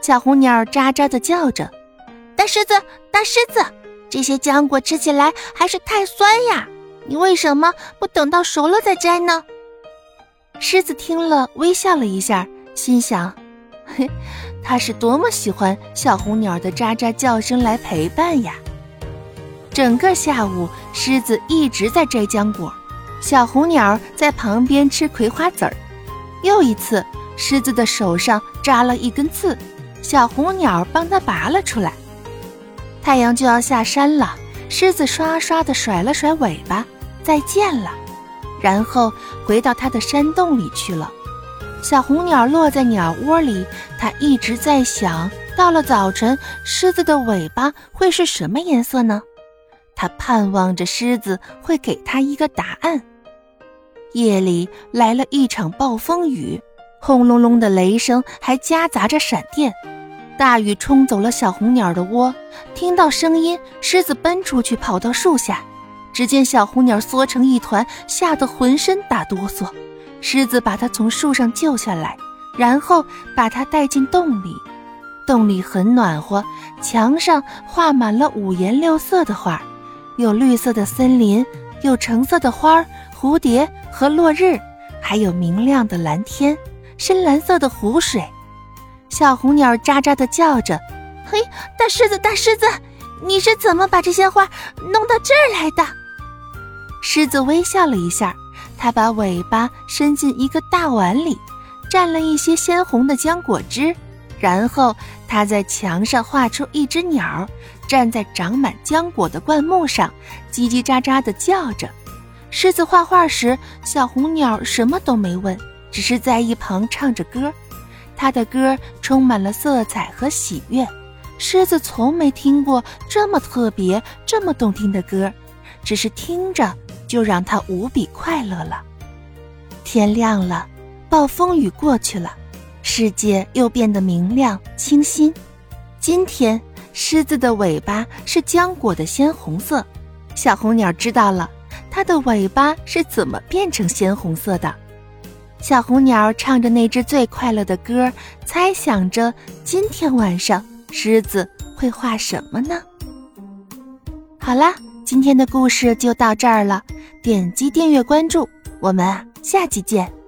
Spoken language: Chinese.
小红鸟喳喳地叫着：大狮子，大狮子，这些浆果吃起来还是太酸呀，你为什么不等到熟了再摘呢？狮子听了微笑了一下，心想，嘿，它是多么喜欢小红鸟的喳喳叫声来陪伴呀。整个下午，狮子一直在摘浆果，小红鸟在旁边吃葵花籽儿。又一次，狮子的手上扎了一根刺，小红鸟帮它拔了出来。太阳就要下山了，狮子刷刷地甩了甩尾巴，再见了，然后回到它的山洞里去了。小红鸟落在鸟窝里，它一直在想，到了早晨，狮子的尾巴会是什么颜色呢？它盼望着狮子会给它一个答案。夜里来了一场暴风雨，轰隆隆的雷声还夹杂着闪电，大雨冲走了小红鸟的窝。听到声音，狮子奔出去，跑到树下，只见小红鸟缩成一团，吓得浑身打哆嗦。狮子把它从树上救下来，然后把它带进洞里。洞里很暖和，墙上画满了五颜六色的画，有绿色的森林，有橙色的花、蝴蝶和落日，还有明亮的蓝天，深蓝色的湖水。小红鸟喳喳地叫着，嘿，大狮子，大狮子，你是怎么把这些花弄到这儿来的？狮子微笑了一下，它把尾巴伸进一个大碗里，蘸了一些鲜红的浆果汁，然后它在墙上画出一只鸟，站在长满浆果的灌木上，叽叽喳喳地叫着。狮子画画时，小红鸟什么都没问，只是在一旁唱着歌。它的歌充满了色彩和喜悦，狮子从没听过这么特别、这么动听的歌，只是听着就让它无比快乐了。天亮了，暴风雨过去了，世界又变得明亮清新。今天，狮子的尾巴是浆果的鲜红色。小红鸟知道了，它的尾巴是怎么变成鲜红色的。小红鸟唱着那只最快乐的歌，猜想着今天晚上狮子会画什么呢？好啦，今天的故事就到这儿了，点击订阅关注，我们下期见。